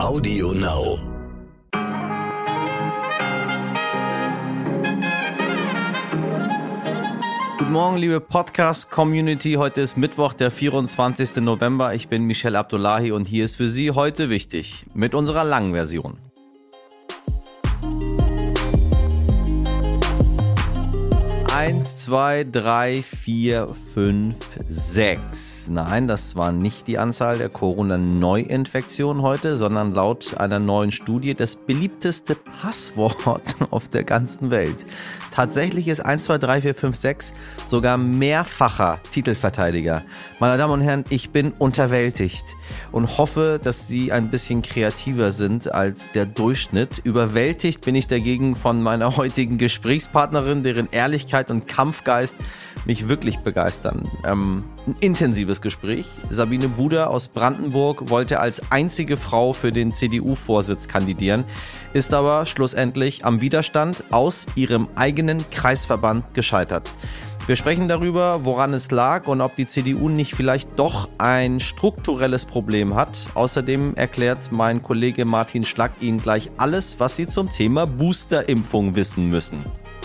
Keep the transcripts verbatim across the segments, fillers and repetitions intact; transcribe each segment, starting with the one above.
Audio Now. Guten Morgen, liebe Podcast-Community. Heute ist Mittwoch, der vierundzwanzigster November. Ich bin Michel Abdullahi und hier ist für Sie heute wichtig mit unserer langen Version. Eins, zwei, drei, vier, fünf, sechs. Nein, das war nicht die Anzahl der Corona-Neuinfektionen heute, sondern laut einer neuen Studie das beliebteste Passwort auf der ganzen Welt. Tatsächlich ist eins, zwei, drei, vier, fünf, sechs sogar mehrfacher Titelverteidiger. Meine Damen und Herren, ich bin unterwältigt und hoffe, dass Sie ein bisschen kreativer sind als der Durchschnitt. Überwältigt bin ich dagegen von meiner heutigen Gesprächspartnerin, deren Ehrlichkeit und Kampfgeist mich wirklich begeistern. Ähm, ein intensives Gespräch. Sabine Buder aus Brandenburg wollte als einzige Frau für den C D U-Vorsitz kandidieren, ist aber schlussendlich am Widerstand aus ihrem eigenen Kreisverband gescheitert. Wir sprechen darüber, woran es lag und ob die C D U nicht vielleicht doch ein strukturelles Problem hat. Außerdem erklärt mein Kollege Martin Schlack Ihnen gleich alles, was Sie zum Thema Boosterimpfung wissen müssen.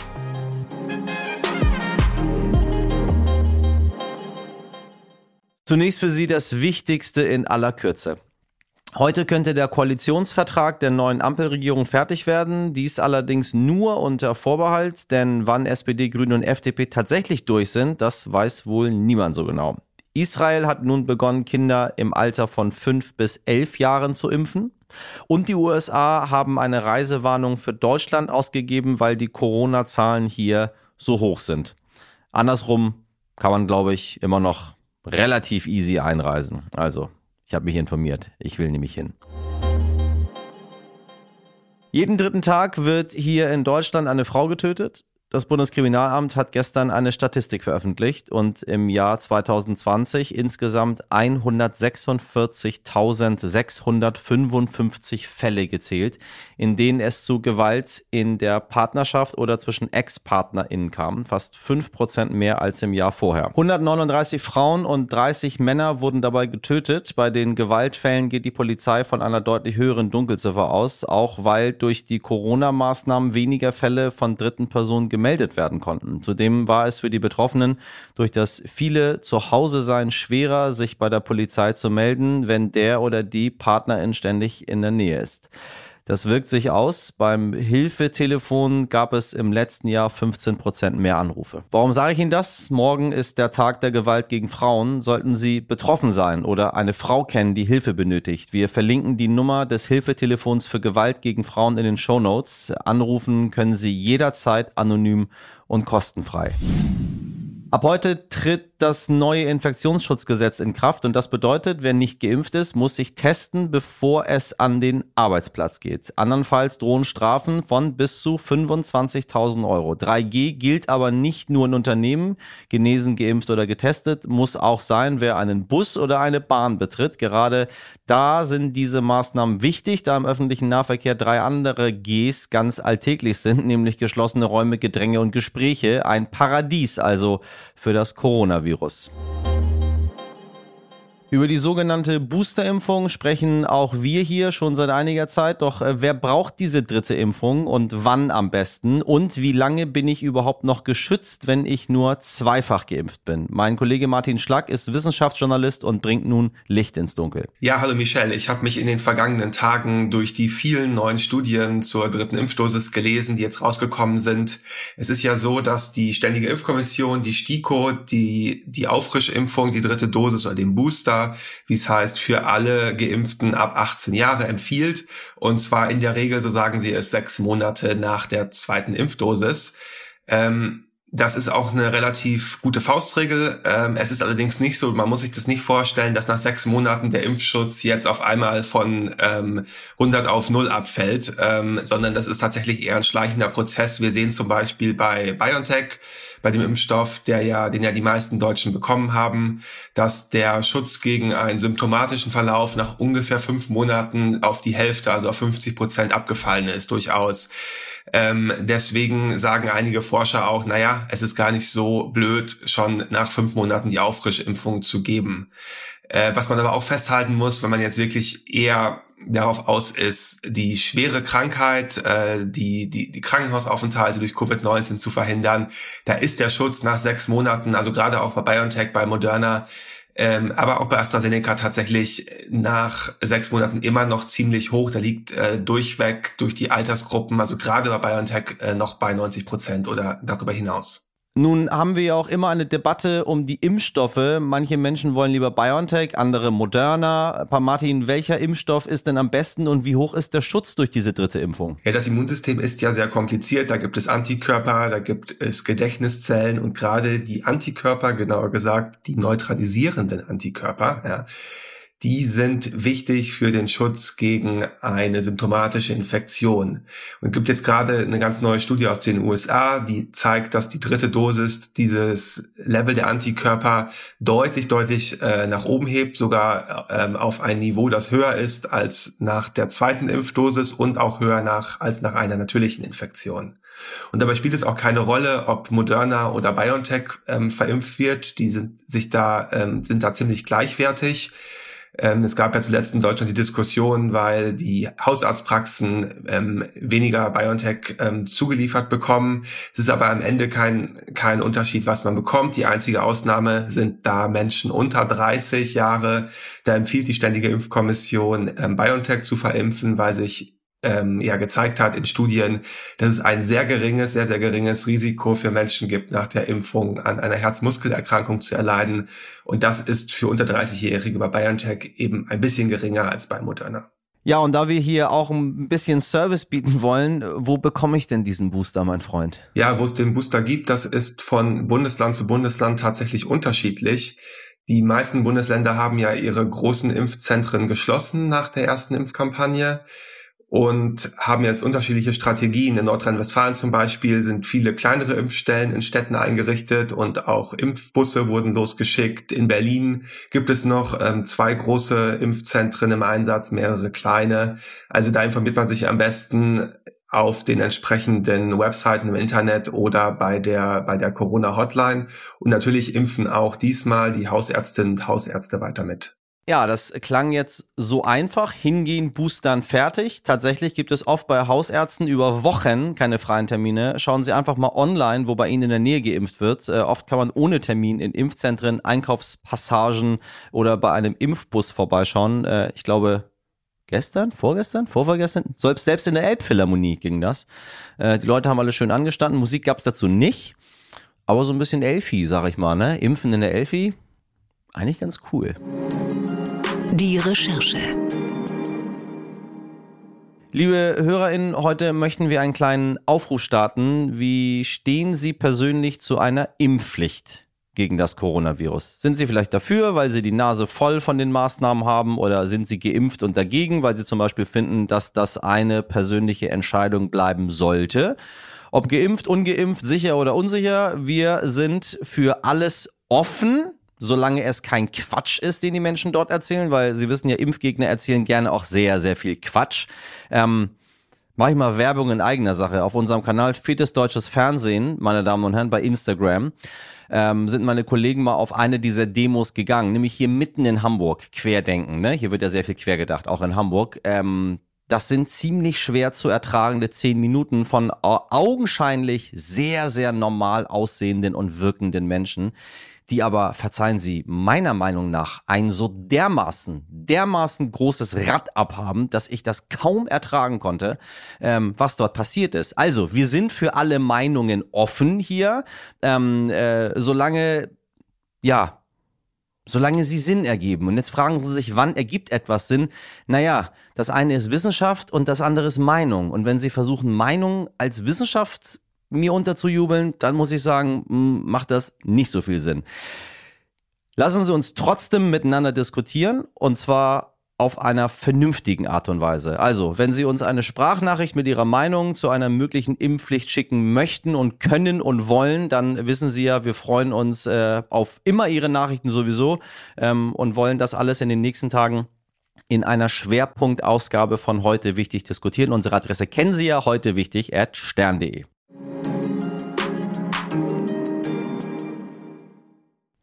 Zunächst für Sie das Wichtigste in aller Kürze. Heute könnte der Koalitionsvertrag der neuen Ampelregierung fertig werden, dies allerdings nur unter Vorbehalt, denn wann S P D, Grüne und F D P tatsächlich durch sind, das weiß wohl niemand so genau. Israel hat nun begonnen, Kinder im Alter von fünf bis elf Jahren zu impfen. Und die U S A haben eine Reisewarnung für Deutschland ausgegeben, weil die Corona-Zahlen hier so hoch sind. Andersrum kann man, glaube ich, immer noch relativ easy einreisen. Also, ich habe mich informiert. Ich will nämlich hin. Jeden dritten Tag wird hier in Deutschland eine Frau getötet. Das Bundeskriminalamt hat gestern eine Statistik veröffentlicht und im Jahr zwanzig zwanzig insgesamt hundertsechsundvierzigtausendsechshundertfünfundfünfzig Fälle gezählt, in denen es zu Gewalt in der Partnerschaft oder zwischen Ex-PartnerInnen kam. Fast fünf Prozent mehr als im Jahr vorher. hundertneununddreißig Frauen und dreißig Männer wurden dabei getötet. Bei den Gewaltfällen geht die Polizei von einer deutlich höheren Dunkelziffer aus, auch weil durch die Corona-Maßnahmen weniger Fälle von dritten Personen gemeldet werden konnten. Zudem war es für die Betroffenen durch das viele Zuhause-Sein schwerer, sich bei der Polizei zu melden, wenn der oder die Partnerin ständig in der Nähe ist. Das wirkt sich aus. Beim Hilfetelefon gab es im letzten Jahr fünfzehn Prozent mehr Anrufe. Warum sage ich Ihnen das? Morgen ist der Tag der Gewalt gegen Frauen. Sollten Sie betroffen sein oder eine Frau kennen, die Hilfe benötigt. Wir verlinken die Nummer des Hilfetelefons für Gewalt gegen Frauen in den Shownotes. Anrufen können Sie jederzeit anonym und kostenfrei. Ab heute tritt das neue Infektionsschutzgesetz in Kraft und das bedeutet, wer nicht geimpft ist, muss sich testen, bevor es an den Arbeitsplatz geht. Andernfalls drohen Strafen von bis zu fünfundzwanzigtausend Euro. drei G gilt aber nicht nur in Unternehmen. Genesen, geimpft oder getestet muss auch sein, wer einen Bus oder eine Bahn betritt. Gerade da sind diese Maßnahmen wichtig, da im öffentlichen Nahverkehr drei andere Gs ganz alltäglich sind, nämlich geschlossene Räume, Gedränge und Gespräche. Ein Paradies also für das Coronavirus. Über die sogenannte Boosterimpfung sprechen auch wir hier schon seit einiger Zeit. Doch äh, wer braucht diese dritte Impfung und wann am besten? Und wie lange bin ich überhaupt noch geschützt, wenn ich nur zweifach geimpft bin? Mein Kollege Martin Schlack ist Wissenschaftsjournalist und bringt nun Licht ins Dunkel. Ja, hallo Michel. Ich habe mich in den vergangenen Tagen durch die vielen neuen Studien zur dritten Impfdosis gelesen, die jetzt rausgekommen sind. Es ist ja so, dass die Ständige Impfkommission, die STIKO, die, die Auffrischimpfung, die dritte Dosis oder den Booster, wie es heißt, für alle Geimpften ab achtzehn Jahre empfiehlt. Und zwar in der Regel, so sagen sie es, sechs Monate nach der zweiten Impfdosis. Ähm, Das ist auch eine relativ gute Faustregel. Ähm, es ist allerdings nicht so, man muss sich das nicht vorstellen, dass nach sechs Monaten der Impfschutz jetzt auf einmal von ähm, hundert auf null abfällt, ähm, sondern das ist tatsächlich eher ein schleichender Prozess. Wir sehen zum Beispiel bei BioNTech, bei dem Impfstoff, der ja, den ja die meisten Deutschen bekommen haben, dass der Schutz gegen einen symptomatischen Verlauf nach ungefähr fünf Monaten auf die Hälfte, also auf fünfzig Prozent abgefallen ist, durchaus. Ähm, deswegen sagen einige Forscher auch, naja, es ist gar nicht so blöd, schon nach fünf Monaten die Auffrischimpfung zu geben. Äh, was man aber auch festhalten muss, wenn man jetzt wirklich eher darauf aus ist, die schwere Krankheit, äh, die, die, die Krankenhausaufenthalte durch Covid neunzehn zu verhindern. Da ist der Schutz nach sechs Monaten, also gerade auch bei BioNTech, bei Moderna, ähm, aber auch bei AstraZeneca tatsächlich nach sechs Monaten immer noch ziemlich hoch. Da liegt äh, durchweg durch die Altersgruppen, also gerade bei BioNTech äh, noch bei neunzig Prozent oder darüber hinaus. Nun haben wir ja auch immer eine Debatte um die Impfstoffe. Manche Menschen wollen lieber BioNTech, andere Moderna. Pa Martin, welcher Impfstoff ist denn am besten und wie hoch ist der Schutz durch diese dritte Impfung? Ja, das Immunsystem ist ja sehr kompliziert. Da gibt es Antikörper, da gibt es Gedächtniszellen und gerade die Antikörper, genauer gesagt die neutralisierenden Antikörper, ja, die sind wichtig für den Schutz gegen eine symptomatische Infektion. Und es gibt jetzt gerade eine ganz neue Studie aus den U S A, die zeigt, dass die dritte Dosis dieses Level der Antikörper deutlich, deutlich äh, nach oben hebt, sogar ähm, auf ein Niveau, das höher ist als nach der zweiten Impfdosis und auch höher nach als nach einer natürlichen Infektion. Und dabei spielt es auch keine Rolle, ob Moderna oder BioNTech ähm, verimpft wird. Die sind sich da ähm, sind da ziemlich gleichwertig. Ähm, es gab ja zuletzt in Deutschland die Diskussion, weil die Hausarztpraxen ähm, weniger BioNTech ähm, zugeliefert bekommen. Es ist aber am Ende kein kein Unterschied, was man bekommt. Die einzige Ausnahme sind da Menschen unter dreißig Jahre. Da empfiehlt die Ständige Impfkommission, ähm, BioNTech zu verimpfen, weil sich ähm, ja gezeigt hat in Studien, dass es ein sehr geringes, sehr, sehr geringes Risiko für Menschen gibt, nach der Impfung an einer Herzmuskelerkrankung zu erleiden. Und das ist für unter dreißig-Jährige bei BioNTech eben ein bisschen geringer als bei Moderna. Ja, und da wir hier auch ein bisschen Service bieten wollen, wo bekomme ich denn diesen Booster, mein Freund? Ja, wo es den Booster gibt, das ist von Bundesland zu Bundesland tatsächlich unterschiedlich. Die meisten Bundesländer haben ja ihre großen Impfzentren geschlossen nach der ersten Impfkampagne und haben jetzt unterschiedliche Strategien. In Nordrhein-Westfalen zum Beispiel sind viele kleinere Impfstellen in Städten eingerichtet und auch Impfbusse wurden losgeschickt. In Berlin gibt es noch ähm, zwei große Impfzentren im Einsatz, mehrere kleine. Also da informiert man sich am besten auf den entsprechenden Webseiten im Internet oder bei der bei der Corona-Hotline. Und natürlich impfen auch diesmal die Hausärztinnen und Hausärzte weiter mit. Ja, das klang jetzt so einfach. Hingehen, boostern, fertig. Tatsächlich gibt es oft bei Hausärzten über Wochen keine freien Termine. Schauen Sie einfach mal online, wo bei Ihnen in der Nähe geimpft wird. Äh, oft kann man ohne Termin in Impfzentren, Einkaufspassagen oder bei einem Impfbus vorbeischauen. Äh, ich glaube, gestern, vorgestern, vorvorgestern, selbst, selbst in der Elbphilharmonie ging das. Äh, die Leute haben alle schön angestanden. Musik gab es dazu nicht. Aber so ein bisschen Elfi, sag ich mal, ne? Impfen in der Elfi, eigentlich ganz cool. Die Recherche. Liebe HörerInnen, heute möchten wir einen kleinen Aufruf starten. Wie stehen Sie persönlich zu einer Impfpflicht gegen das Coronavirus? Sind Sie vielleicht dafür, weil Sie die Nase voll von den Maßnahmen haben, oder sind Sie geimpft und dagegen, weil Sie zum Beispiel finden, dass das eine persönliche Entscheidung bleiben sollte? Ob geimpft, ungeimpft, sicher oder unsicher, wir sind für alles offen. Solange es kein Quatsch ist, den die Menschen dort erzählen, weil Sie wissen ja, Impfgegner erzählen gerne auch sehr, sehr viel Quatsch. Ähm, mache ich mal Werbung in eigener Sache. Auf unserem Kanal Fetes Deutsches Fernsehen, meine Damen und Herren, bei Instagram, ähm, sind meine Kollegen mal auf eine dieser Demos gegangen, nämlich hier mitten in Hamburg, Querdenken, ne? Hier wird ja sehr viel quer gedacht, auch in Hamburg. Ähm, das sind ziemlich schwer zu ertragende zehn Minuten von augenscheinlich sehr, sehr normal aussehenden und wirkenden Menschen, die aber, verzeihen Sie, meiner Meinung nach ein so dermaßen, dermaßen großes Rad abhaben, dass ich das kaum ertragen konnte, ähm, was dort passiert ist. Also, wir sind für alle Meinungen offen hier, ähm, äh, solange, ja, solange sie Sinn ergeben. Und jetzt fragen Sie sich, wann ergibt etwas Sinn? Naja, das eine ist Wissenschaft und das andere ist Meinung. Und wenn Sie versuchen, Meinung als Wissenschaft mir unterzujubeln, dann muss ich sagen, macht das nicht so viel Sinn. Lassen Sie uns trotzdem miteinander diskutieren, und zwar auf einer vernünftigen Art und Weise. Also, wenn Sie uns eine Sprachnachricht mit Ihrer Meinung zu einer möglichen Impfpflicht schicken möchten und können und wollen, dann wissen Sie ja, wir freuen uns äh, auf immer Ihre Nachrichten sowieso ähm, und wollen das alles in den nächsten Tagen in einer Schwerpunktausgabe von Heute Wichtig diskutieren. Unsere Adresse kennen Sie ja, heute wichtig at stern punkt de.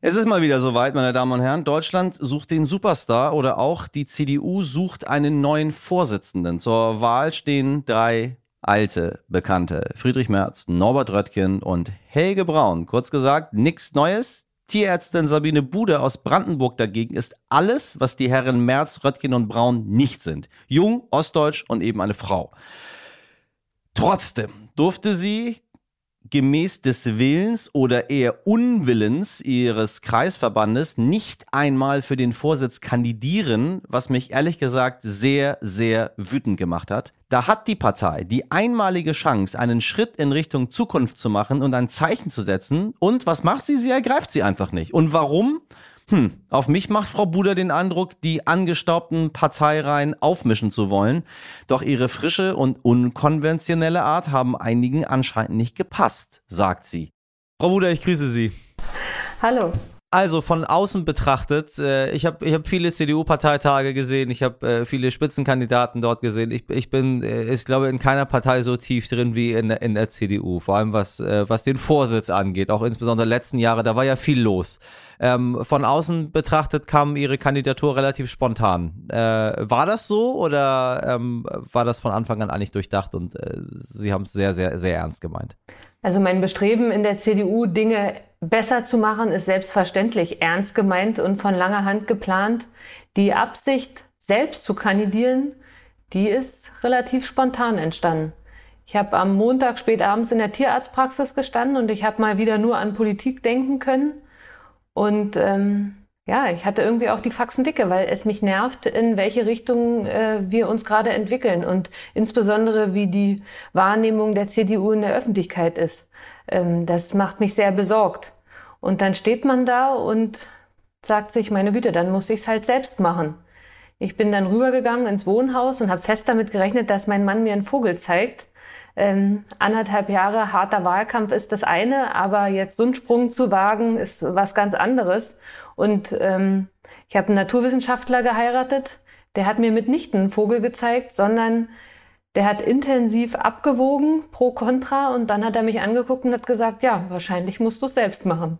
Es ist mal wieder soweit, meine Damen und Herren. Deutschland sucht den Superstar oder auch die C D U sucht einen neuen Vorsitzenden. Zur Wahl stehen drei alte Bekannte. Friedrich Merz, Norbert Röttgen und Helge Braun. Kurz gesagt, nichts Neues. Tierärztin Sabine Bude aus Brandenburg dagegen ist alles, was die Herren Merz, Röttgen und Braun nicht sind. Jung, ostdeutsch und eben eine Frau. Trotzdem durfte sie gemäß des Willens oder eher Unwillens ihres Kreisverbandes nicht einmal für den Vorsitz kandidieren, was mich ehrlich gesagt sehr, sehr wütend gemacht hat. Da hat die Partei die einmalige Chance, einen Schritt in Richtung Zukunft zu machen und ein Zeichen zu setzen. Und was macht sie? Sie ergreift sie einfach nicht. Und warum? Hm, auf mich macht Frau Buder den Eindruck, die angestaubten Parteireihen aufmischen zu wollen. Doch ihre frische und unkonventionelle Art haben einigen anscheinend nicht gepasst, sagt sie. Frau Buder, ich grüße Sie. Hallo. Also von außen betrachtet, äh, ich habe ich hab viele C D U-Parteitage gesehen, ich habe äh, viele Spitzenkandidaten dort gesehen. Ich, ich bin, äh, ich glaube, in keiner Partei so tief drin wie in, in der C D U, vor allem was, äh, was den Vorsitz angeht, auch insbesondere letzten Jahre, da war ja viel los. Ähm, von außen betrachtet kam Ihre Kandidatur relativ spontan. Äh, war das so oder ähm, war das von Anfang an eigentlich durchdacht und äh, Sie haben es sehr, sehr, sehr ernst gemeint? Also mein Bestreben in der C D U, Dinge besser zu machen, ist selbstverständlich ernst gemeint und von langer Hand geplant. Die Absicht, selbst zu kandidieren, die ist relativ spontan entstanden. Ich habe am Montag spät abends in der Tierarztpraxis gestanden und ich habe mal wieder nur an Politik denken können. Und ähm, ja, ich hatte irgendwie auch die Faxen dicke, weil es mich nervt, in welche Richtung äh, wir uns gerade entwickeln und insbesondere wie die Wahrnehmung der C D U in der Öffentlichkeit ist. Ähm, das macht mich sehr besorgt. Und dann steht man da und sagt sich, meine Güte, dann muss ich es halt selbst machen. Ich bin dann rübergegangen ins Wohnhaus und habe fest damit gerechnet, dass mein Mann mir einen Vogel zeigt. Ähm, anderthalb Jahre harter Wahlkampf ist das eine, aber jetzt so einen Sprung zu wagen, ist was ganz anderes. Und ähm, ich habe einen Naturwissenschaftler geheiratet, der hat mir mitnichten einen Vogel gezeigt, sondern der hat intensiv abgewogen, pro, contra, und dann hat er mich angeguckt und hat gesagt, ja, wahrscheinlich musst du es selbst machen.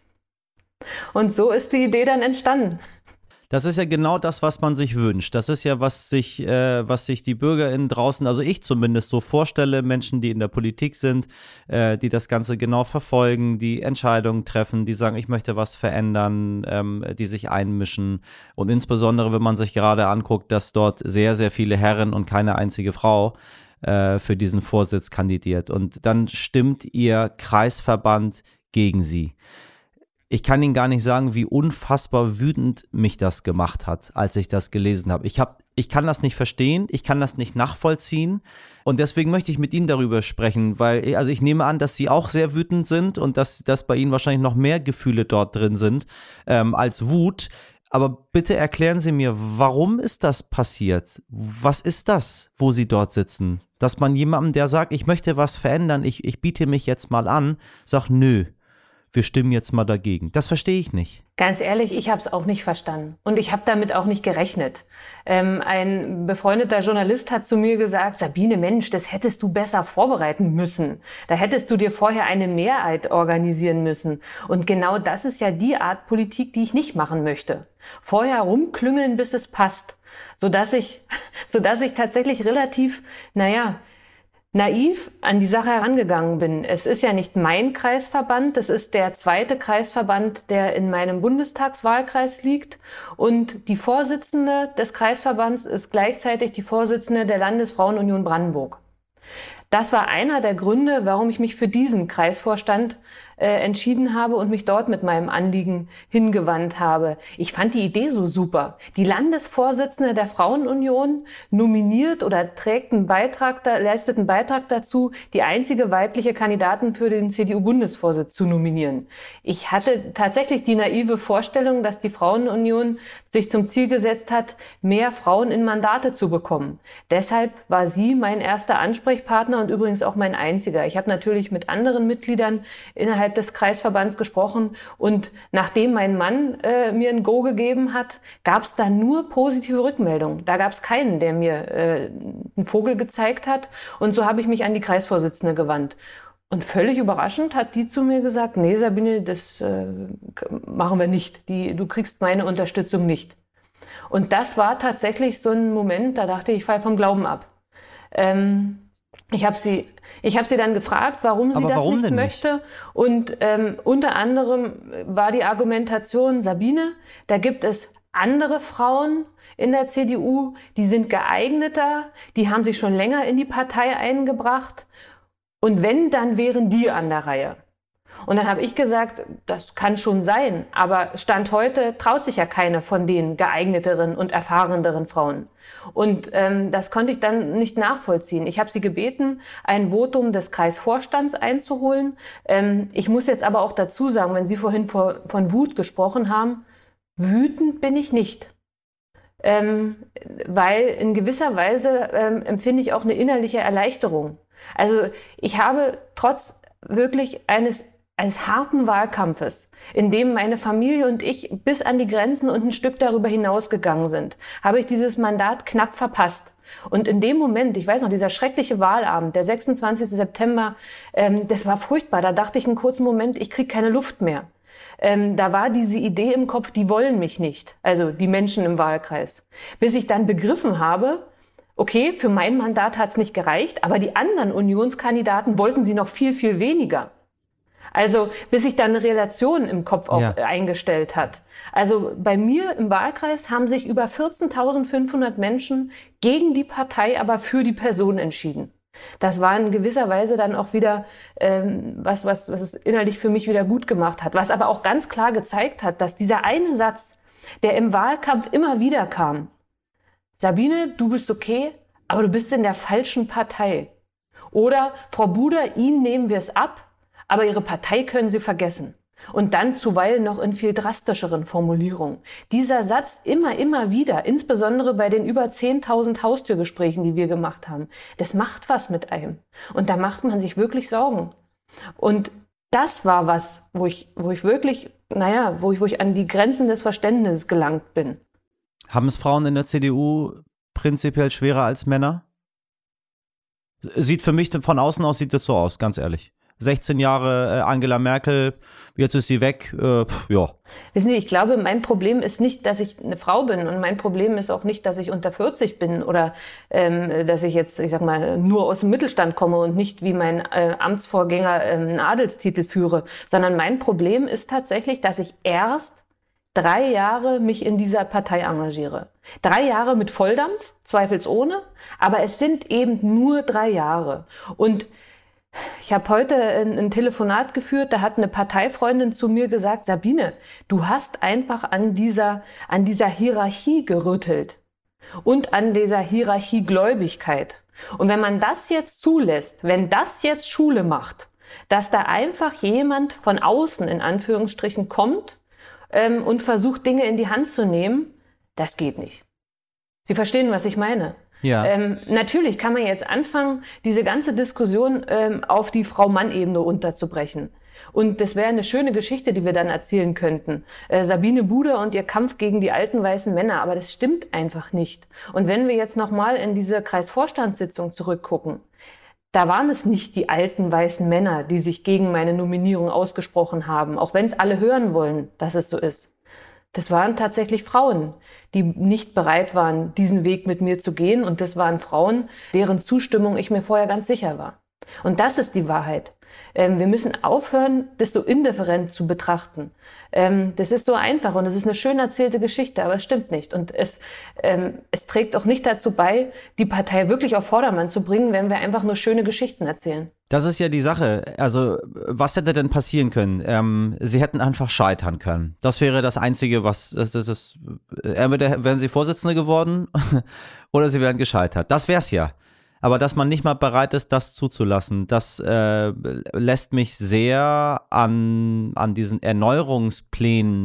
Und so ist die Idee dann entstanden. Das ist ja genau das, was man sich wünscht. Das ist ja, was sich, äh, was sich die BürgerInnen draußen, also ich zumindest so vorstelle, Menschen, die in der Politik sind, äh, die das Ganze genau verfolgen, die Entscheidungen treffen, die sagen, ich möchte was verändern, ähm, die sich einmischen. Und insbesondere, wenn man sich gerade anguckt, dass dort sehr, sehr viele Herren und keine einzige Frau äh, für diesen Vorsitz kandidiert. Und dann stimmt ihr Kreisverband gegen sie. Ich kann Ihnen gar nicht sagen, wie unfassbar wütend mich das gemacht hat, als ich das gelesen habe. Ich hab, ich kann das nicht verstehen, ich kann das nicht nachvollziehen und deswegen möchte ich mit Ihnen darüber sprechen, weil also ich nehme an, dass Sie auch sehr wütend sind und dass, dass bei Ihnen wahrscheinlich noch mehr Gefühle dort drin sind ähm, als Wut. Aber bitte erklären Sie mir, warum ist das passiert? Was ist das, wo Sie dort sitzen? Dass man jemandem, der sagt, ich möchte was verändern, ich, ich biete mich jetzt mal an, sagt, nö. Wir stimmen jetzt mal dagegen. Das verstehe ich nicht. Ganz ehrlich, ich habe es auch nicht verstanden. Und ich habe damit auch nicht gerechnet. Ähm, ein befreundeter Journalist hat zu mir gesagt, Sabine, Mensch, das hättest du besser vorbereiten müssen. Da hättest du dir vorher eine Mehrheit organisieren müssen. Und genau das ist ja die Art Politik, die ich nicht machen möchte. Vorher rumklüngeln, bis es passt. Sodass ich, sodass ich tatsächlich relativ, naja, naiv an die Sache herangegangen bin. Es ist ja nicht mein Kreisverband, es ist der zweite Kreisverband, der in meinem Bundestagswahlkreis liegt. Und die Vorsitzende des Kreisverbands ist gleichzeitig die Vorsitzende der Landesfrauenunion Brandenburg. Das war einer der Gründe, warum ich mich für diesen Kreisvorstand äh, entschieden habe und mich dort mit meinem Anliegen hingewandt habe. Ich fand die Idee so super. Die Landesvorsitzende der Frauenunion nominiert oder trägt einen Beitrag, da, leistet einen Beitrag dazu, die einzige weibliche Kandidatin für den C D U-Bundesvorsitz zu nominieren. Ich hatte tatsächlich die naive Vorstellung, dass die Frauenunion sich zum Ziel gesetzt hat, mehr Frauen in Mandate zu bekommen. Deshalb war sie mein erster Ansprechpartner und übrigens auch mein einziger. Ich habe natürlich mit anderen Mitgliedern innerhalb des Kreisverbands gesprochen und nachdem mein Mann äh, mir ein Go gegeben hat, gab es da nur positive Rückmeldungen. Da gab es keinen, der mir äh, einen Vogel gezeigt hat und so habe ich mich an die Kreisvorsitzende gewandt. Und völlig überraschend hat die zu mir gesagt, nee Sabine, das äh, machen wir nicht. Die, du kriegst meine Unterstützung nicht. Und das war tatsächlich so ein Moment, da dachte ich, ich falle vom Glauben ab. Ähm, ich habe sie, ich hab sie dann gefragt, warum sie Aber das warum nicht denn möchte. Nicht? Und ähm, unter anderem war die Argumentation, Sabine, da gibt es andere Frauen in der C D U, die sind geeigneter, die haben sich schon länger in die Partei eingebracht. Und wenn, dann wären die an der Reihe. Und dann habe ich gesagt, das kann schon sein, aber Stand heute traut sich ja keine von den geeigneteren und erfahreneren Frauen. Und ähm, das konnte ich dann nicht nachvollziehen. Ich habe sie gebeten, ein Votum des Kreisvorstands einzuholen. Ähm, ich muss jetzt aber auch dazu sagen, wenn Sie vorhin vor, von Wut gesprochen haben, wütend bin ich nicht. Ähm, weil in gewisser Weise ähm, empfinde ich auch eine innerliche Erleichterung. Also ich habe trotz wirklich eines, eines harten Wahlkampfes, in dem meine Familie und ich bis an die Grenzen und ein Stück darüber hinaus gegangen sind, habe ich dieses Mandat knapp verpasst. Und in dem Moment, ich weiß noch, dieser schreckliche Wahlabend, der sechsundzwanzigsten September, ähm, das war furchtbar. Da dachte ich einen kurzen Moment, ich kriege keine Luft mehr. Ähm, da war diese Idee im Kopf, die wollen mich nicht, also die Menschen im Wahlkreis. Bis ich dann begriffen habe, okay, für mein Mandat hat es nicht gereicht, aber die anderen Unionskandidaten wollten sie noch viel, viel weniger. Also bis sich dann eine Relation im Kopf auch ja. eingestellt hat. Also bei mir im Wahlkreis haben sich über vierzehntausendfünfhundert Menschen gegen die Partei, aber für die Person entschieden. Das war in gewisser Weise dann auch wieder ähm, was, was, was es innerlich für mich wieder gut gemacht hat. Was aber auch ganz klar gezeigt hat, dass dieser eine Satz, der im Wahlkampf immer wieder kam, Sabine, du bist okay, aber du bist in der falschen Partei. Oder, Frau Buder, Ihnen nehmen wir es ab, aber Ihre Partei können Sie vergessen. Und dann zuweilen noch in viel drastischeren Formulierungen. Dieser Satz immer, immer wieder, insbesondere bei den über zehntausend Haustürgesprächen, die wir gemacht haben, das macht was mit einem. Und da macht man sich wirklich Sorgen. Und das war was, wo ich, wo ich wirklich, naja, wo ich, wo ich an die Grenzen des Verständnisses gelangt bin. Haben es Frauen in der C D U prinzipiell schwerer als Männer? Sieht für mich von außen aus, sieht das so aus, ganz ehrlich. sechzehn Jahre äh, Angela Merkel, jetzt ist sie weg, äh, pff, ja. Wissen Sie, ich glaube, mein Problem ist nicht, dass ich eine Frau bin und mein Problem ist auch nicht, dass ich unter vierzig bin oder ähm, dass ich jetzt, ich sag mal, nur aus dem Mittelstand komme und nicht wie mein äh, Amtsvorgänger äh, einen Adelstitel führe, sondern mein Problem ist tatsächlich, dass ich erst drei Jahre mich in dieser Partei engagiere. Drei Jahre mit Volldampf, zweifelsohne, aber es sind eben nur drei Jahre. Und ich habe heute ein, ein Telefonat geführt, da hat eine Parteifreundin zu mir gesagt, Sabine, du hast einfach an dieser, an dieser Hierarchie gerüttelt und an dieser Hierarchiegläubigkeit. Und wenn man das jetzt zulässt, wenn das jetzt Schule macht, dass da einfach jemand von außen in Anführungsstrichen kommt ähm, und versucht, Dinge in die Hand zu nehmen, das geht nicht. Sie verstehen, was ich meine? Ja. Ähm, natürlich kann man jetzt anfangen, diese ganze Diskussion ähm, auf die Frau-Mann-Ebene unterzubrechen. Und das wäre eine schöne Geschichte, die wir dann erzählen könnten. Äh, Sabine Buder und ihr Kampf gegen die alten weißen Männer. Aber das stimmt einfach nicht. Und wenn wir jetzt nochmal in diese Kreisvorstandssitzung zurückgucken, da waren es nicht die alten weißen Männer, die sich gegen meine Nominierung ausgesprochen haben, auch wenn es alle hören wollen, dass es so ist. Das waren tatsächlich Frauen, die nicht bereit waren, diesen Weg mit mir zu gehen. Und das waren Frauen, deren Zustimmung ich mir vorher ganz sicher war. Und das ist die Wahrheit. Ähm, wir müssen aufhören, das so indifferent zu betrachten. Ähm, das ist so einfach und es ist eine schön erzählte Geschichte, aber es stimmt nicht. Und es, ähm, es trägt auch nicht dazu bei, die Partei wirklich auf Vordermann zu bringen, wenn wir einfach nur schöne Geschichten erzählen. Das ist ja die Sache. Also, was hätte denn passieren können? Ähm, sie hätten einfach scheitern können. Das wäre das Einzige, was, das, das, das, entweder wären sie Vorsitzende geworden oder sie wären gescheitert. Das wär's ja. Aber dass man nicht mal bereit ist, das zuzulassen, das äh, lässt mich sehr an, an diesen Erneuerungsplänen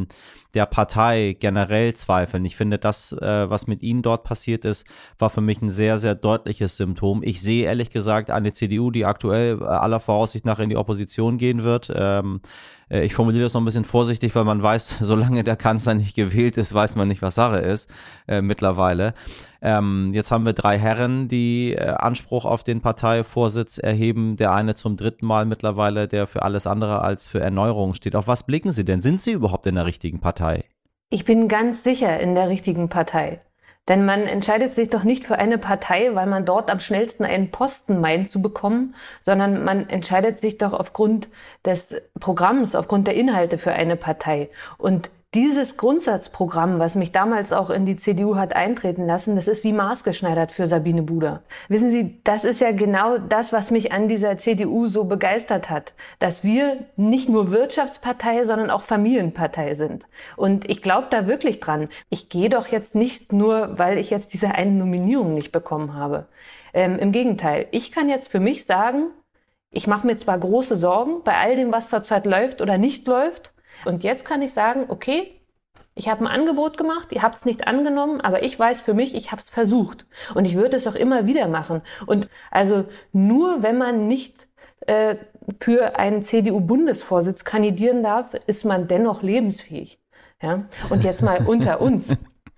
der Partei generell zweifeln. Ich finde, das, äh, was mit Ihnen dort passiert ist, war für mich ein sehr, sehr deutliches Symptom. Ich sehe ehrlich gesagt eine C D U, die aktuell aller Voraussicht nach in die Opposition gehen wird. Ähm, Ich formuliere das noch ein bisschen vorsichtig, weil man weiß, solange der Kanzler nicht gewählt ist, weiß man nicht, was Sache ist äh, mittlerweile. Ähm, jetzt haben wir drei Herren, die äh, Anspruch auf den Parteivorsitz erheben. Der eine zum dritten Mal mittlerweile, der für alles andere als für Erneuerung steht. Auf was blicken Sie denn? Sind Sie überhaupt in der richtigen Partei? Ich bin ganz sicher in der richtigen Partei. Denn man entscheidet sich doch nicht für eine Partei, weil man dort am schnellsten einen Posten meint zu bekommen, sondern man entscheidet sich doch aufgrund des Programms, aufgrund der Inhalte für eine Partei. Und dieses Grundsatzprogramm, was mich damals auch in die C D U hat eintreten lassen, das ist wie maßgeschneidert für Sabine Buder. Wissen Sie, das ist ja genau das, was mich an dieser C D U so begeistert hat, dass wir nicht nur Wirtschaftspartei, sondern auch Familienpartei sind. Und ich glaube da wirklich dran. Ich gehe doch jetzt nicht nur, weil ich jetzt diese eine Nominierung nicht bekommen habe. Ähm, im Gegenteil, ich kann jetzt für mich sagen, ich mache mir zwar große Sorgen bei all dem, was zurzeit läuft oder nicht läuft, und jetzt kann ich sagen, okay, ich habe ein Angebot gemacht, ihr habt es nicht angenommen, aber ich weiß für mich, ich habe es versucht. Und ich würde es auch immer wieder machen. Und also nur wenn man nicht äh, für einen C D U-Bundesvorsitz kandidieren darf, ist man dennoch lebensfähig. Ja? Und jetzt mal unter uns.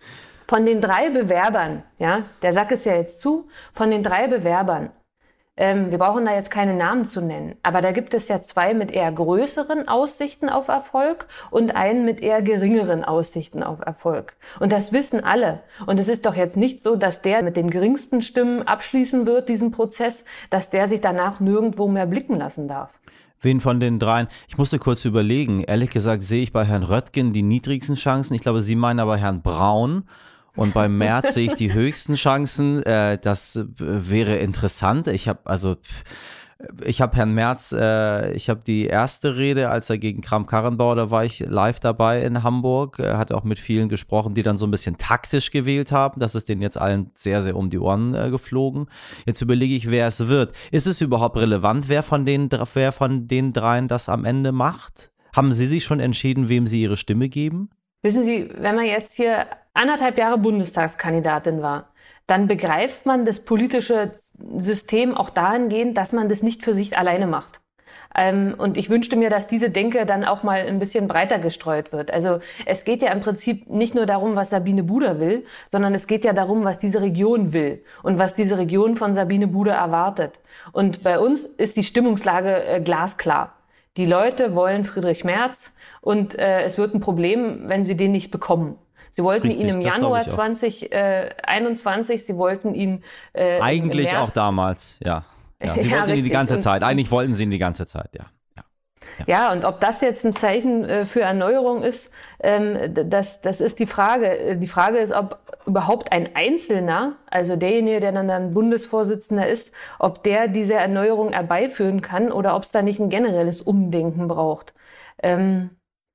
Von den drei Bewerbern, ja, der Sack ist ja jetzt zu, von den drei Bewerbern, Ähm, wir brauchen da jetzt keine Namen zu nennen, aber da gibt es ja zwei mit eher größeren Aussichten auf Erfolg und einen mit eher geringeren Aussichten auf Erfolg. Und das wissen alle. Und es ist doch jetzt nicht so, dass der mit den geringsten Stimmen abschließen wird, diesen Prozess, dass der sich danach nirgendwo mehr blicken lassen darf. Wen von den dreien? Ich musste kurz überlegen. Ehrlich gesagt sehe ich bei Herrn Röttgen die niedrigsten Chancen. Ich glaube, Sie meinen aber Herrn Braun. Und bei Merz sehe ich die höchsten Chancen. Äh, das äh, wäre interessant. Ich habe also, ich habe Herrn Merz, äh, ich habe die erste Rede, als er gegen Kramp-Karrenbauer, da war ich live dabei in Hamburg. Er hat auch mit vielen gesprochen, die dann so ein bisschen taktisch gewählt haben. Das ist denen jetzt allen sehr, sehr um die Ohren äh, geflogen. Jetzt überlege ich, wer es wird. Ist es überhaupt relevant, wer von den, wer von den dreien das am Ende macht? Haben Sie sich schon entschieden, wem Sie Ihre Stimme geben? Wissen Sie, wenn man jetzt hier anderthalb Jahre Bundestagskandidatin war, dann begreift man das politische System auch dahingehend, dass man das nicht für sich alleine macht. Ähm, und ich wünschte mir, dass diese Denke dann auch mal ein bisschen breiter gestreut wird. Also es geht ja im Prinzip nicht nur darum, was Sabine Buder will, sondern es geht ja darum, was diese Region will und was diese Region von Sabine Buder erwartet. Und bei uns ist die Stimmungslage äh, glasklar. Die Leute wollen Friedrich Merz und äh, es wird ein Problem, wenn sie den nicht bekommen. Sie wollten Richtig, ihn im Januar zwanzig einundzwanzig, sie wollten ihn äh, Eigentlich im auch damals, ja. ja. Sie ja, wollten ihn die ganze und, Zeit, eigentlich wollten sie ihn die ganze Zeit, ja. Ja, ja. ja und ob das jetzt ein Zeichen äh, für Erneuerung ist, ähm, das, das ist die Frage. Die Frage ist, ob überhaupt ein Einzelner, also derjenige, der dann, dann Bundesvorsitzender ist, ob der diese Erneuerung herbeiführen kann oder ob es da nicht ein generelles Umdenken braucht. Ähm,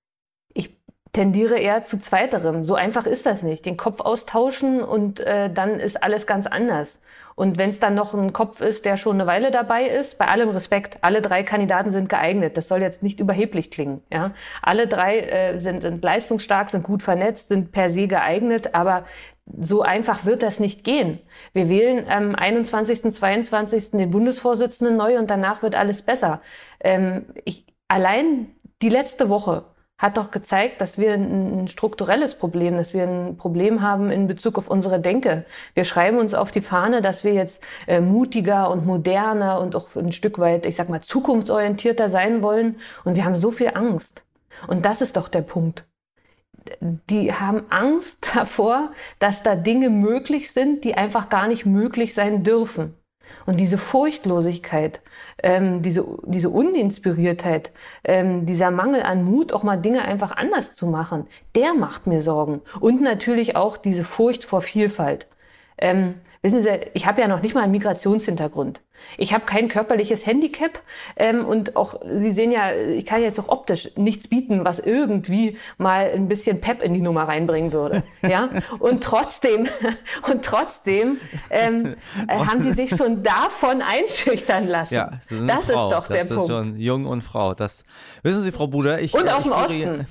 ich tendiere eher zu zweiterem. So einfach ist das nicht. Den Kopf austauschen und äh, dann ist alles ganz anders. Und wenn es dann noch ein Kopf ist, der schon eine Weile dabei ist, bei allem Respekt, alle drei Kandidaten sind geeignet. Das soll jetzt nicht überheblich klingen. Ja? Alle drei äh, sind, sind leistungsstark, sind gut vernetzt, sind per se geeignet, aber so einfach wird das nicht gehen. Wir wählen am einundzwanzigsten, zweiundzwanzigsten den Bundesvorsitzenden neu und danach wird alles besser. Ähm, ich, allein die letzte Woche hat doch gezeigt, dass wir ein strukturelles Problem, dass wir ein Problem haben in Bezug auf unsere Denke. Wir schreiben uns auf die Fahne, dass wir jetzt äh, mutiger und moderner und auch ein Stück weit, ich sag mal, zukunftsorientierter sein wollen. Und wir haben so viel Angst. Und das ist doch der Punkt. Die haben Angst davor, dass da Dinge möglich sind, die einfach gar nicht möglich sein dürfen. Und diese Furchtlosigkeit, ähm, diese, diese Uninspiriertheit, ähm, dieser Mangel an Mut, auch mal Dinge einfach anders zu machen, der macht mir Sorgen. Und natürlich auch diese Furcht vor Vielfalt. Ähm, wissen Sie, ich habe ja noch nicht mal einen Migrationshintergrund. Ich habe kein körperliches Handicap ähm, und auch, Sie sehen ja, ich kann jetzt auch optisch nichts bieten, was irgendwie mal ein bisschen Pep in die Nummer reinbringen würde. Ja? Und trotzdem, und trotzdem ähm, haben die sich schon davon einschüchtern lassen. Ja, das Frau. ist doch der das Punkt. Das ist schon Jung und Frau. Das, wissen Sie, Frau Buder, ich... Und aus ich dem Osten.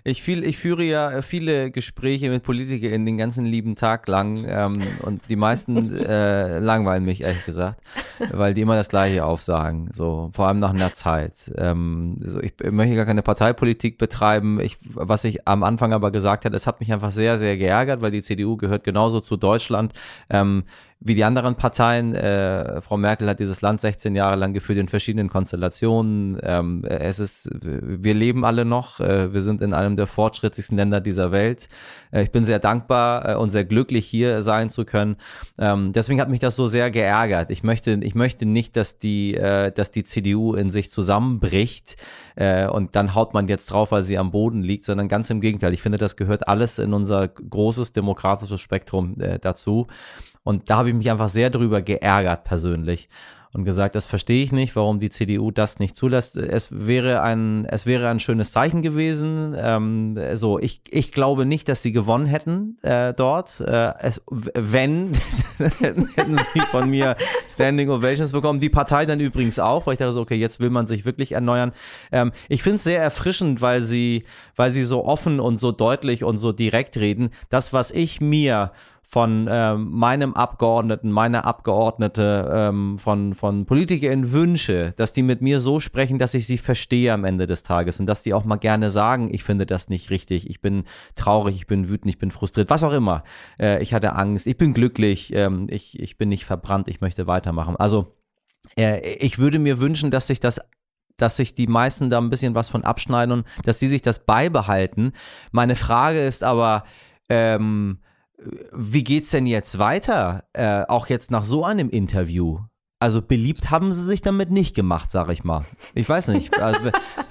Ich, viel, ich führe ja viele Gespräche mit Politikern den ganzen lieben Tag lang ähm, und die meisten äh, langweilen mich, ehrlich gesagt, weil die immer das Gleiche aufsagen, so vor allem nach einer Zeit. Ähm, so, ich möchte gar keine Parteipolitik betreiben. Ich, was ich am Anfang aber gesagt habe, es hat mich einfach sehr, sehr geärgert, weil die C D U gehört genauso zu Deutschland ähm, wie die anderen Parteien. Äh, Frau Merkel hat dieses Land sechzehn Jahre lang geführt in verschiedenen Konstellationen. Ähm, es ist, wir leben alle noch. Äh, wir sind in einem der fortschrittlichsten Länder dieser Welt. Äh, ich bin sehr dankbar äh, und sehr glücklich, hier sein zu können. Ähm, deswegen hat mich das so sehr geärgert. Ich möchte, ich möchte nicht, dass die, äh, dass die C D U in sich zusammenbricht äh, und dann haut man jetzt drauf, weil sie am Boden liegt, sondern ganz im Gegenteil. Ich finde, das gehört alles in unser großes demokratisches Spektrum äh, dazu. Und da habe ich mich einfach sehr drüber geärgert persönlich und gesagt, das verstehe ich nicht, warum die C D U das nicht zulässt. Es wäre ein, es wäre ein schönes Zeichen gewesen. Ähm, so, ich, ich glaube nicht, dass sie gewonnen hätten äh, dort. Äh, es, wenn, hätten sie von mir Standing Ovations bekommen. Die Partei dann übrigens auch, weil ich dachte so, okay, jetzt will man sich wirklich erneuern. Ähm, ich finde es sehr erfrischend, weil sie, weil sie so offen und so deutlich und so direkt reden. Das, was ich mir von ähm, meinem Abgeordneten, meiner Abgeordnete, ähm, von, von PolitikerInnen wünsche, dass die mit mir so sprechen, dass ich sie verstehe am Ende des Tages und dass die auch mal gerne sagen, ich finde das nicht richtig, ich bin traurig, ich bin wütend, ich bin frustriert, was auch immer. Äh, ich hatte Angst, ich bin glücklich, ähm, ich, ich bin nicht verbrannt, ich möchte weitermachen. Also äh, ich würde mir wünschen, dass sich das dass sich die meisten da ein bisschen was von abschneiden und dass sie sich das beibehalten. Meine Frage ist aber, ähm, wie geht's denn jetzt weiter, äh, auch jetzt nach so einem Interview? Also beliebt haben sie sich damit nicht gemacht, sag ich mal. Ich weiß nicht. Also,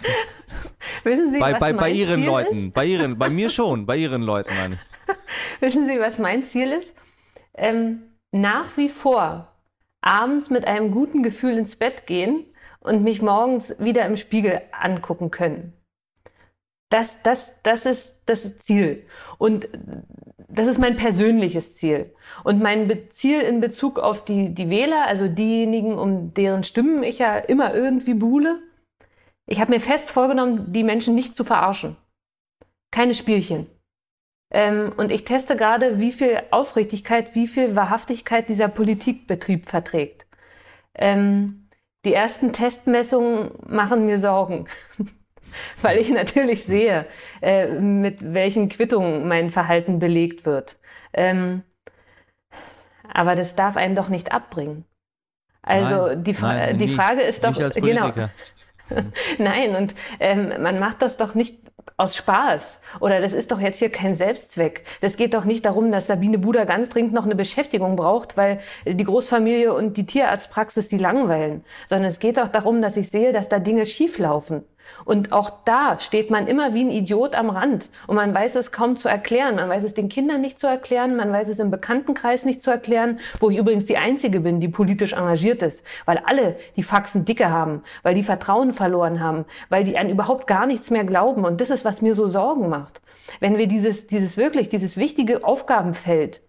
Wissen Sie, bei, was bei, mein bei ihren Ziel Leuten, ist? bei ihren, bei mir schon, bei ihren Leuten meine ich. Wissen Sie, was mein Ziel ist? Ähm, nach wie vor abends mit einem guten Gefühl ins Bett gehen und mich morgens wieder im Spiegel angucken können. Das, das, das ist das Ziel. Und das ist mein persönliches Ziel. Und mein Be- Ziel in Bezug auf die, die Wähler, also diejenigen, um deren Stimmen ich ja immer irgendwie buhle, ich habe mir fest vorgenommen, die Menschen nicht zu verarschen. Keine Spielchen. Ähm, und ich teste gerade, wie viel Aufrichtigkeit, wie viel Wahrhaftigkeit dieser Politikbetrieb verträgt. Ähm, die ersten Testmessungen machen mir Sorgen. Weil ich natürlich sehe, äh, mit welchen Quittungen mein Verhalten belegt wird. Ähm, aber das darf einen doch nicht abbringen. Also Nein, die, Fra- nein, die nicht, Frage ist doch, nicht als genau. Politiker. Nein, und ähm, man macht das doch nicht aus Spaß. Oder das ist doch jetzt hier kein Selbstzweck. Das geht doch nicht darum, dass Sabine Buda ganz dringend noch eine Beschäftigung braucht, weil die Großfamilie und die Tierarztpraxis die langweilen. Sondern es geht doch darum, dass ich sehe, dass da Dinge schieflaufen. Und auch da steht man immer wie ein Idiot am Rand. Und man weiß es kaum zu erklären. Man weiß es den Kindern nicht zu erklären. Man weiß es im Bekanntenkreis nicht zu erklären. Wo ich übrigens die Einzige bin, die politisch engagiert ist. Weil alle die Faxen dicke haben. Weil die Vertrauen verloren haben. Weil die an überhaupt gar nichts mehr glauben. Und das ist, was mir so Sorgen macht. Wenn wir dieses, dieses wirklich, dieses wichtige Aufgabenfeld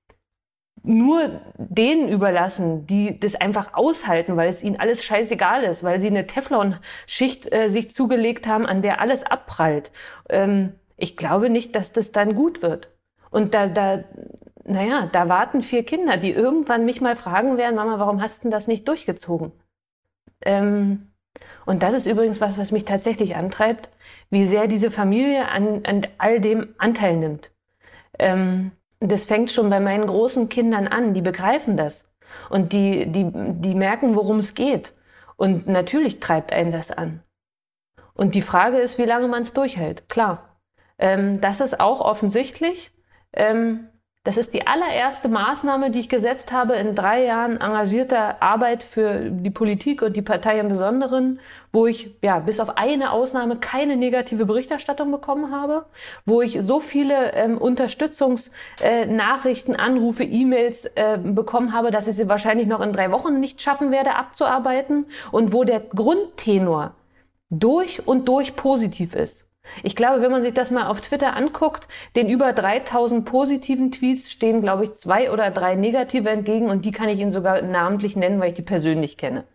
nur denen überlassen, die das einfach aushalten, weil es ihnen alles scheißegal ist, weil sie eine Teflonschicht äh, sich zugelegt haben, an der alles abprallt. Ähm, ich glaube nicht, dass das dann gut wird. Und da, da, naja, da warten vier Kinder, die irgendwann mich mal fragen werden, Mama, warum hast du denn das nicht durchgezogen? Ähm, und das ist übrigens was, was mich tatsächlich antreibt, wie sehr diese Familie an, an all dem Anteil nimmt. Ähm, Das fängt schon bei meinen großen Kindern an, die begreifen das und die, die, die merken, worum es geht. Und natürlich treibt einen das an. Und die Frage ist, wie lange man es durchhält. Klar, ähm, das ist auch offensichtlich. Ähm, das ist die allererste Maßnahme, die ich gesetzt habe in drei Jahren engagierter Arbeit für die Politik und die Partei im Besonderen, wo ich ja bis auf eine Ausnahme keine negative Berichterstattung bekommen habe, wo ich so viele ähm, Unterstützungsnachrichten, äh, Anrufe, E-Mails äh, bekommen habe, dass ich sie wahrscheinlich noch in drei Wochen nicht schaffen werde abzuarbeiten und wo der Grundtenor durch und durch positiv ist. Ich glaube, wenn man sich das mal auf Twitter anguckt, den über dreitausend positiven Tweets stehen, glaube ich, zwei oder drei negative entgegen und die kann ich Ihnen sogar namentlich nennen, weil ich die persönlich kenne.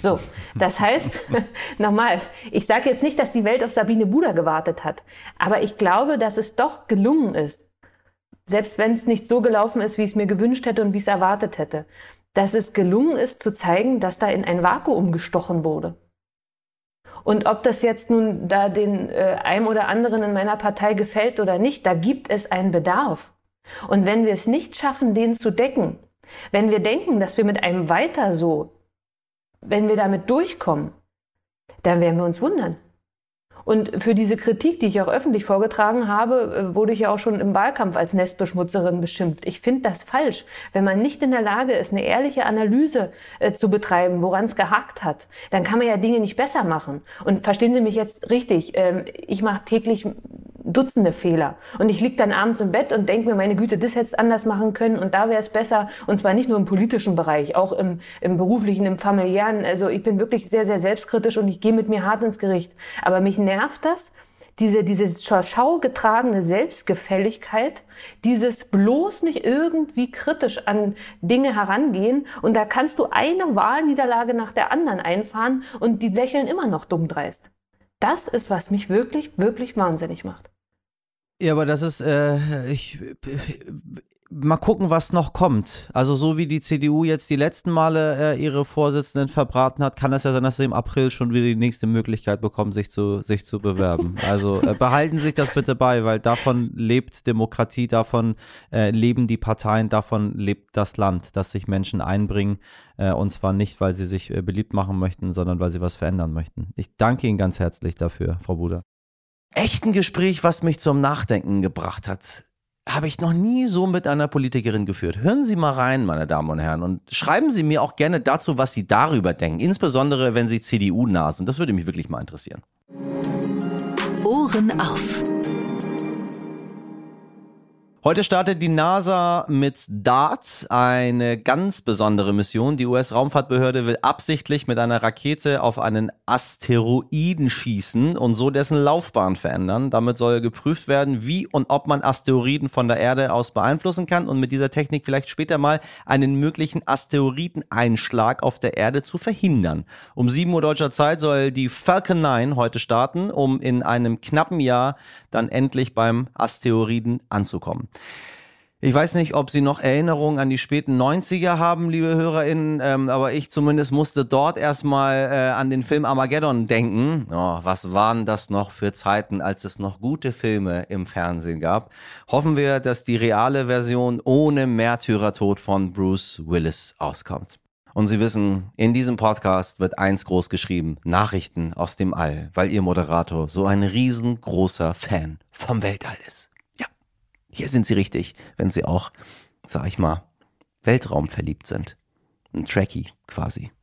So, das heißt, nochmal, ich sage jetzt nicht, dass die Welt auf Sabine Buda gewartet hat, aber ich glaube, dass es doch gelungen ist, selbst wenn es nicht so gelaufen ist, wie ich es mir gewünscht hätte und wie ich es erwartet hätte, dass es gelungen ist zu zeigen, dass da in ein Vakuum gestochen wurde. Und ob das jetzt nun da den äh, einem oder anderen in meiner Partei gefällt oder nicht, da gibt es einen Bedarf. Und wenn wir es nicht schaffen, den zu decken, wenn wir denken, dass wir mit einem Weiter so, wenn wir damit durchkommen, dann werden wir uns wundern. Und für diese Kritik, die ich auch öffentlich vorgetragen habe, wurde ich ja auch schon im Wahlkampf als Nestbeschmutzerin beschimpft. Ich finde das falsch, wenn man nicht in der Lage ist, eine ehrliche Analyse äh, zu betreiben, woran es gehakt hat. Dann kann man ja Dinge nicht besser machen. Und verstehen Sie mich jetzt richtig, ähm, ich mache täglich Dutzende Fehler. Und ich liege dann abends im Bett und denke mir, meine Güte, das hättest du anders machen können und da wäre es besser. Und zwar nicht nur im politischen Bereich, auch im, im beruflichen, im familiären. Also ich bin wirklich sehr, sehr selbstkritisch und ich gehe mit mir hart ins Gericht. Aber mich nervt das, diese, diese zur Schau getragene Selbstgefälligkeit, dieses bloß nicht irgendwie kritisch an Dinge herangehen. Und da kannst du eine Wahlniederlage nach der anderen einfahren und die lächeln immer noch dumm dreist. Das ist, was mich wirklich, wirklich wahnsinnig macht. Ja, aber das ist, äh, ich, mal gucken, was noch kommt. Also so wie die C D U jetzt die letzten Male äh, ihre Vorsitzenden verbraten hat, kann es ja sein, dass sie im April schon wieder die nächste Möglichkeit bekommen, sich zu, sich zu bewerben. Also äh, behalten Sie sich das bitte bei, weil davon lebt Demokratie, davon äh, leben die Parteien, davon lebt das Land, dass sich Menschen einbringen. Äh, und zwar nicht, weil sie sich äh, beliebt machen möchten, sondern weil sie was verändern möchten. Ich danke Ihnen ganz herzlich dafür, Frau Buda. Echt ein Gespräch, was mich zum Nachdenken gebracht hat, habe ich noch nie so mit einer Politikerin geführt. Hören Sie mal rein, meine Damen und Herren, und schreiben Sie mir auch gerne dazu, was Sie darüber denken, insbesondere wenn Sie C D U-nah sind. Das würde mich wirklich mal interessieren. Ohren auf. Heute startet die NASA mit DART, eine ganz besondere Mission. Die U S-Raumfahrtbehörde will absichtlich mit einer Rakete auf einen Asteroiden schießen und so dessen Laufbahn verändern. Damit soll geprüft werden, wie und ob man Asteroiden von der Erde aus beeinflussen kann und mit dieser Technik vielleicht später mal einen möglichen Asteroideneinschlag auf der Erde zu verhindern. Um sieben Uhr deutscher Zeit soll die Falcon neun heute starten, um in einem knappen Jahr dann endlich beim Asteroiden anzukommen. Ich weiß nicht, ob Sie noch Erinnerungen an die späten neunziger haben, liebe HörerInnen, ähm, aber ich zumindest musste dort erstmal äh, an den Film Armageddon denken. Oh, was waren das noch für Zeiten, als es noch gute Filme im Fernsehen gab. Hoffen wir, dass die reale Version ohne Märtyrertod von Bruce Willis auskommt. Und Sie wissen, in diesem Podcast wird eins groß geschrieben, Nachrichten aus dem All, weil Ihr Moderator so ein riesengroßer Fan vom Weltall ist. Ja, hier sind Sie richtig, wenn Sie auch, sag ich mal, weltraumverliebt sind. Ein Trekkie quasi.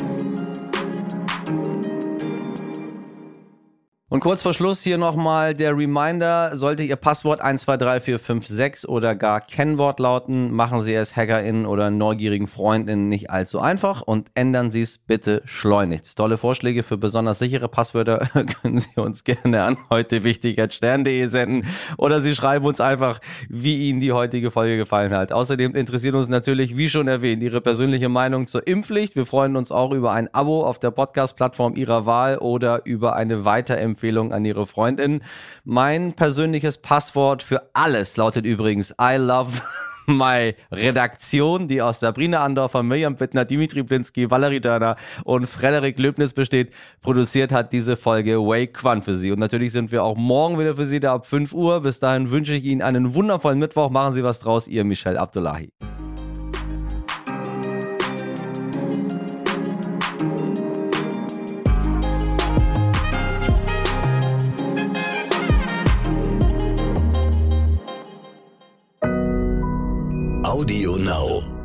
Und kurz vor Schluss hier nochmal der Reminder, sollte Ihr Passwort eins zwei drei vier fünf sechs oder gar Kennwort lauten, machen Sie es HackerInnen oder neugierigen FreundInnen nicht allzu einfach und ändern Sie es bitte schleunigst. Tolle Vorschläge für besonders sichere Passwörter können Sie uns gerne an heute wichtig at stern punkt de senden oder Sie schreiben uns einfach, wie Ihnen die heutige Folge gefallen hat. Außerdem interessiert uns natürlich, wie schon erwähnt, Ihre persönliche Meinung zur Impfpflicht. Wir freuen uns auch über ein Abo auf der Podcast-Plattform Ihrer Wahl oder über eine Weiterempfehlung Empfehlung an Ihre Freundin. Mein persönliches Passwort für alles lautet übrigens I love my Redaktion, die aus Sabrina Andorfer, Mirjam Bittner, Dimitri Blinski, Valerie Dörner und Frederik Löbnis besteht. Produziert hat diese Folge Wake Quan für Sie. Und natürlich sind wir auch morgen wieder für Sie da ab fünf Uhr. Bis dahin wünsche ich Ihnen einen wundervollen Mittwoch. Machen Sie was draus. Ihr Michel Abdullahi. Audio Now.